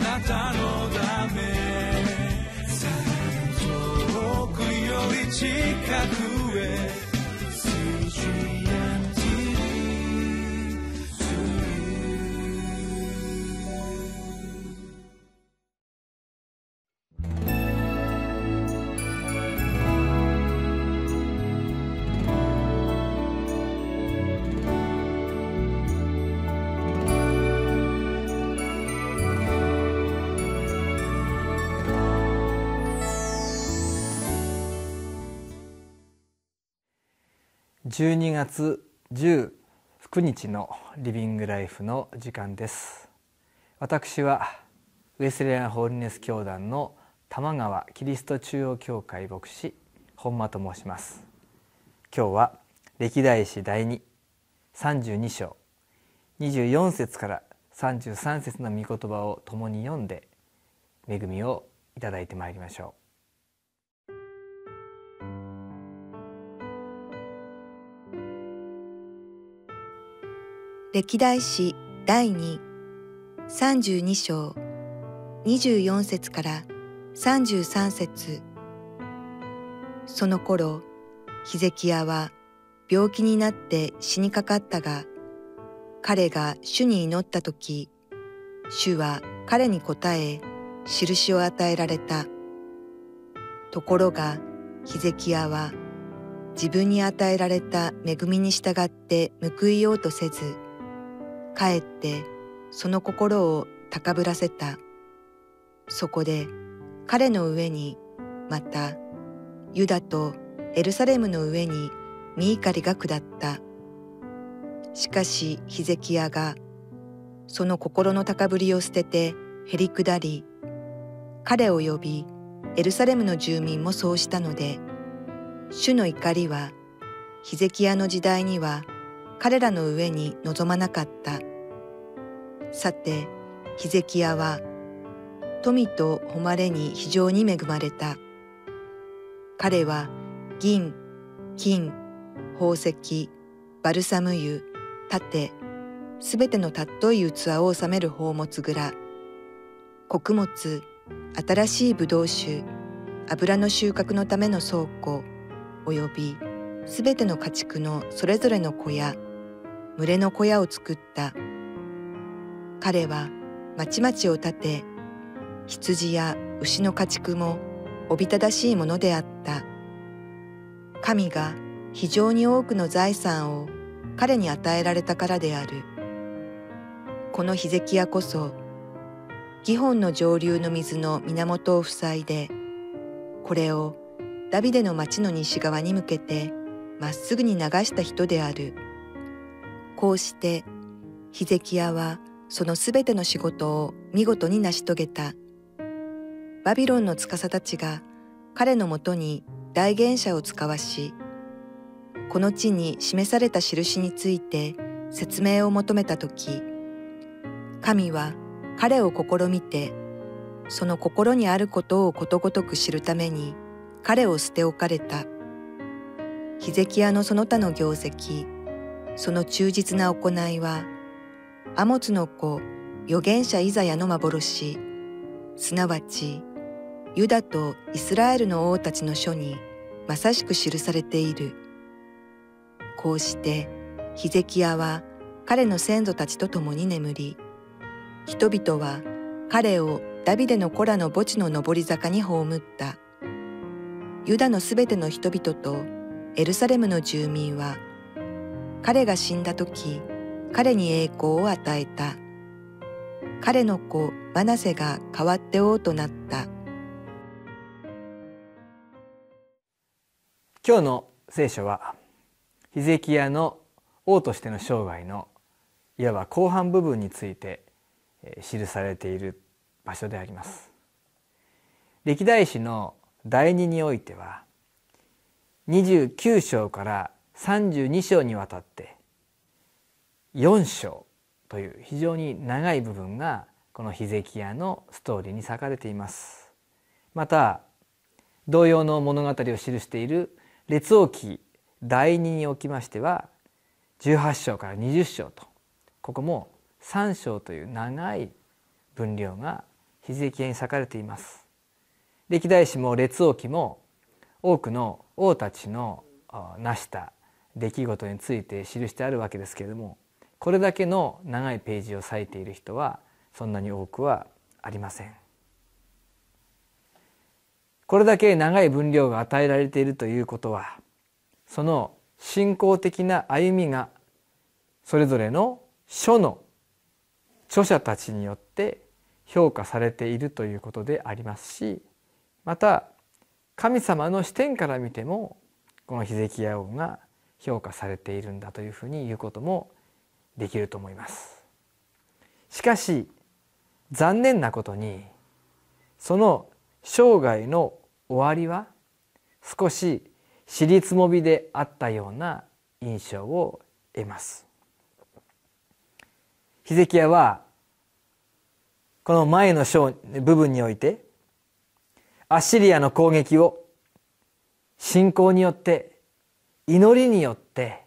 なたのため遠くより近くへ 12月19日のリビングライフの時間です。私はウェスレアンホーリネス教団の玉川キリスト中央教会牧師本間と申します。今日は歴代史第232章24節から33節の御言葉を共に読んで恵みをいただいてまいりましょう。 歴代史第32章24節から33節。その頃ヒゼキヤは病気になって死にかかったが、彼が主に祈ったとき、主は彼に答え印を与えられた。ところがヒゼキヤは自分に与えられた恵みに従って報いようとせず、かえってその心を高ぶらせた。そこで彼の上に、またユダとエルサレムの上に御怒りが下った。しかしヒゼキヤがその心の高ぶりを捨ててへり下り、彼を呼びエルサレムの住民もそうしたので、主の怒りはヒゼキヤの時代には彼らの上に臨まなかった。さてヒゼキヤは富と誉れに非常に恵まれた。彼は銀、金、宝石、バルサム油、盾、すべての尊い器を収める宝物蔵、穀物、新しいブドウ酒、油の収穫のための倉庫、およびすべての家畜のそれぞれの小屋、群れの小屋を作った。彼は町々を建て、羊や牛の家畜もおびただしいものであった。神が非常に多くの財産を彼に与えられたからである。このヒゼキヤこそ、ギホンの上流の水の源を塞いで、これをダビデの町の西側に向けてまっすぐに流した人である。こうしてヒゼキヤはそのすべての仕事を見事に成し遂げた。バビロンの司たちが彼のもとに代言者を遣わし、この地に示された印について説明を求めたとき、神は彼を試みて、その心にあることをことごとく知るために彼を捨て置かれた。ヒゼキヤのその他の業績、その忠実な行いは、アモツの子預言者イザヤの幻、すなわちユダとイスラエルの王たちの書にまさしく記されている。こうしてヒゼキヤは彼の先祖たちと共に眠り、人々は彼をダビデの子らの墓地の上り坂に葬った。ユダのすべての人々とエルサレムの住民は、彼が死んだとき、彼に栄光を与えた。彼の子マナセが代わって王となった。 今日の聖書はヒゼキヤの王としての生涯のいわば後半部分について記されている場所であります。歴代史の第2においては29章から32章にわたって4章という非常に長い部分がこのヒゼキヤのストーリーに割かれています。また同様の物語を記している列王記第2におきましては18章から20章と、ここも3章という長い分量がヒゼキヤに裂かれています。歴代史も列王記も多くの王たちの成した出来事について記してあるわけですけれども、これだけの長いページを割いている人はそんなに多くはありません。これだけ長い分量が与えられているということは、その信仰的な歩みがそれぞれの書の著者たちによって評価されているということでありますし、また神様の視点から見てもこのヒゼキヤ王が評価されているんだというふうに言うこともできると思います。しかし残念なことに、その生涯の終わりは少し尻つもびであったような印象を得ます。ヒゼキヤはこの前の章部分においてアッシリアの攻撃を信仰によって祈りによって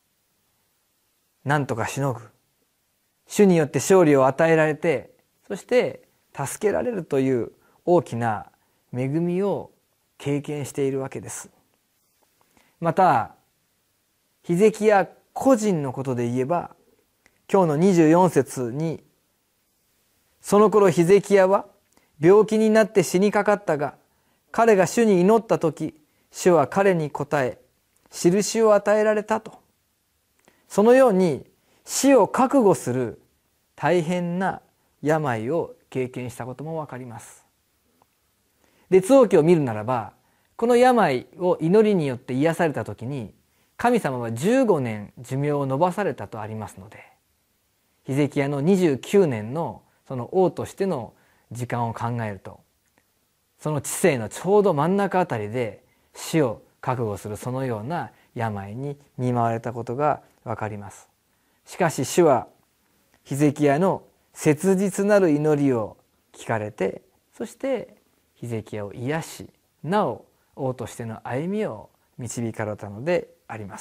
何とかしのぐ、主によって勝利を与えられて、そして助けられるという大きな恵みを経験しているわけです。またヒゼキヤ個人のことで言えば、今日の24節に、その頃ヒゼキヤは病気になって死にかかったが、彼が主に祈った時、主は彼に応え印を与えられたと、そのように死を覚悟する大変な病を経験したこともわかります。列王記を見るならば、この病を祈りによって癒された時に、神様は15年寿命を延ばされたとありますので、ヒゼキヤの29年のその王としての時間を考えると、その治世のちょうど真ん中あたりで死を覚悟するそのような病に見舞われたことがわかります。しかし主はヒゼキヤの切実なる祈りを聞かれて、そしてヒゼキヤを癒し、なお王としての歩みを導かれたのであります。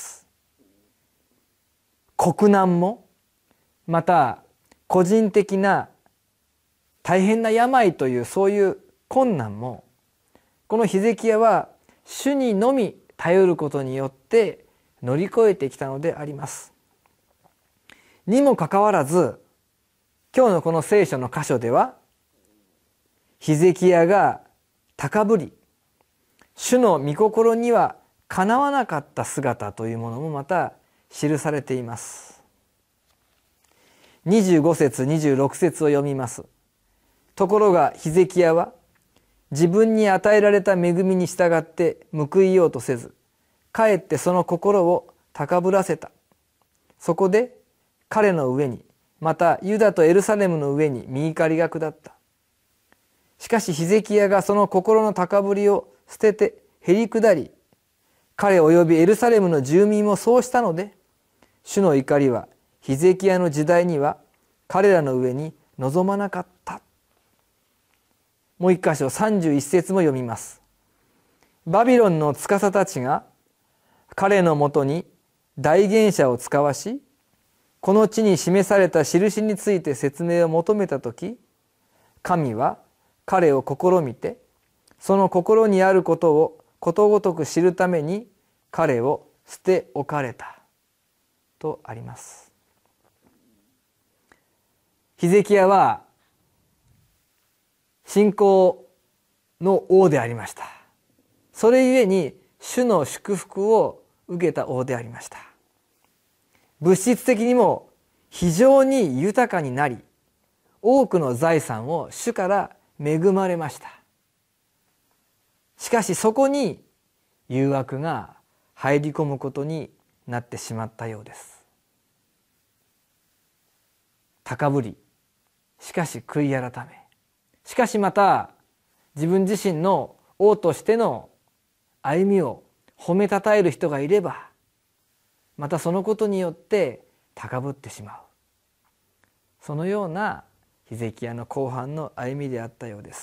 国難もまた個人的な大変な病というそういう困難も、このヒゼキヤは主にのみ頼ることによって乗り越えてきたのであります。にもかかわらず、今日のこの聖書の箇所では、ヒゼキヤが高ぶり、主の御心にはかなわなかった姿というものもまた記されています。25節26節を読みます。ところがヒゼキヤは自分に与えられた恵みに従って報いようとせず、かえってその心を高ぶらせた。そこで彼の上に、またユダとエルサレムの上に御怒りが下った。しかしヒゼキヤがその心の高ぶりを捨ててへり下り、彼およびエルサレムの住民もそうしたので、主の怒りはヒゼキヤの時代には彼らの上に臨まなかった。もう一箇所31節も読みます。バビロンの司たちが彼のもとに代言者を使わし、この地に示された印について説明を求めたとき、神は彼を試みて、その心にあることをことごとく知るために彼を捨て置かれたとあります。ヒゼキヤは信仰の王でありました。それゆえに主の祝福を受けた王でありました。物質的にも非常に豊かになり、多くの財産を主から恵まれました。しかしそこに誘惑が入り込むことになってしまったようです。高ぶり、しかし悔い改め、しかしまた自分自身の王としての歩みを褒めたたえる人がいれば、またそのことによって高ぶってしまう、そのようなヒゼキヤの後半の歩みであったようです。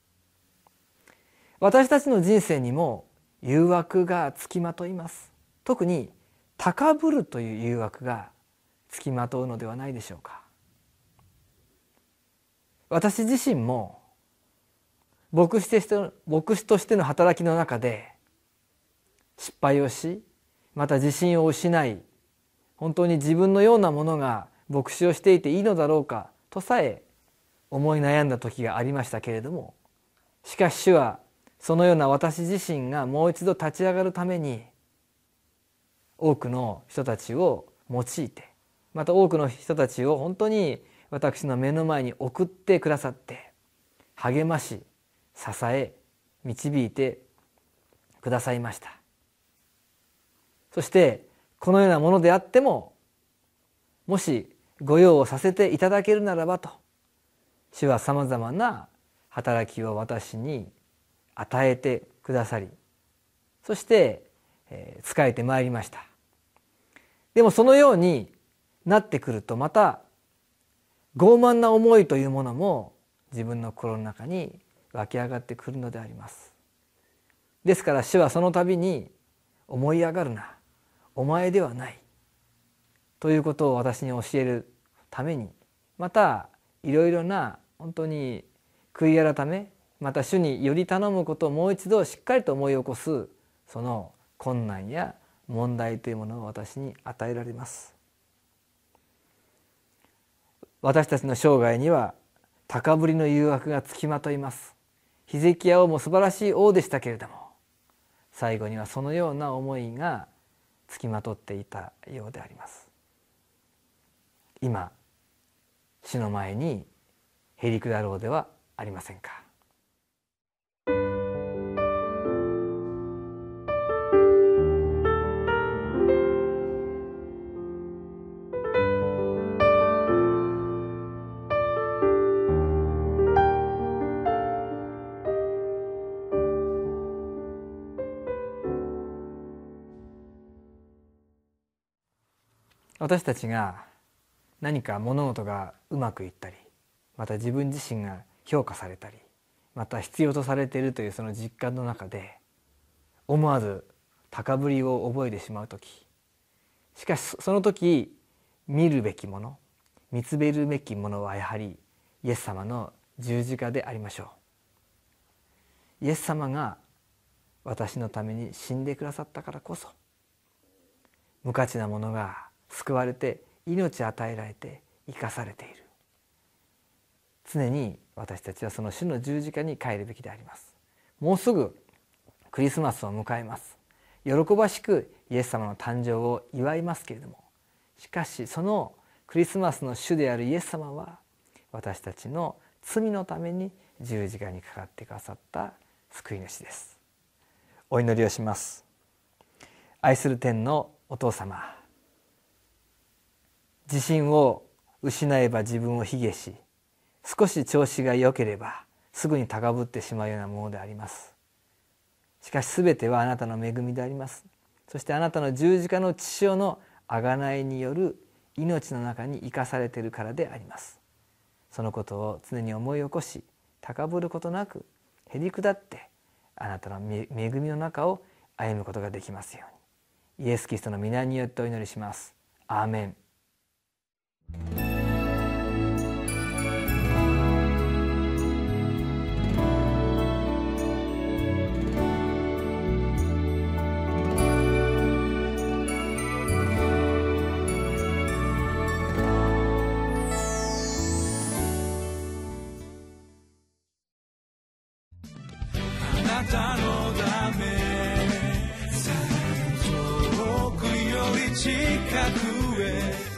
私たちの人生にも誘惑がつきまといます。特に高ぶるという誘惑がつきまとうのではないでしょうか。 私自身も牧師としての働きの中で失敗をし、また自信を失い、本当に自分のようなものが牧師をしていていいのだろうかとさえ思い悩んだ時がありましたけれども、しかし主はそのような私自身がもう一度立ち上がるために多くの人たちを用いて、また多くの人たちを本当に私の目の前に送ってくださって、励まし支え導いてくださいました。そしてこのようなものであっても、もしご用をさせていただけるならばと、主はさまざまな働きを私に与えてくださり、そして仕えてまいりました。でもそのようになってくると、また傲慢な思いというものも自分の心の中に湧き上がってくるのであります。ですから主はその度に、思い上がるな、お前ではないということを私に教えるために、またいろいろな本当に悔い改め、また主により頼むことをもう一度しっかりと思い起こす、その困難や問題というものを私に与えられます。私たちの生涯には高ぶりの誘惑がつきまといます。ヒゼキヤ王も素晴らしい王でしたけれども、最後にはそのような思いがつきまとっていたようであります。今主の前にへりくだろうではありませんか。私たちが何か物事がうまくいったり、また自分自身が評価されたり、また必要とされているというその実感の中で思わず高ぶりを覚えてしまう時、しかしその時見るべきもの、見つめるべきものはやはりイエス様の十字架でありましょう。イエス様が私のために死んでくださったからこそ、無価値なものが救われて命与えられて生かされている。常に私たちはその主の十字架に帰るべきであります。もうすぐクリスマスを迎えます。喜ばしくイエス様の誕生を祝いますけれども、しかしそのクリスマスの主であるイエス様は私たちの罪のために十字架にかかってくださった救い主です。お祈りをします。愛する天のお父様、自信を失えば自分を卑下し、少し調子が良ければすぐに高ぶってしまうようなものであります。しかしすべてはあなたの恵みであります。そしてあなたの十字架の血潮の贖いによる命の中に生かされているからであります。そのことを常に思い起こし、高ぶることなくへり下ってあなたの恵みの中を歩むことができますように、イエス・キリストの皆によってお祈りします。アーメン。 あなたのため遠くより近くへ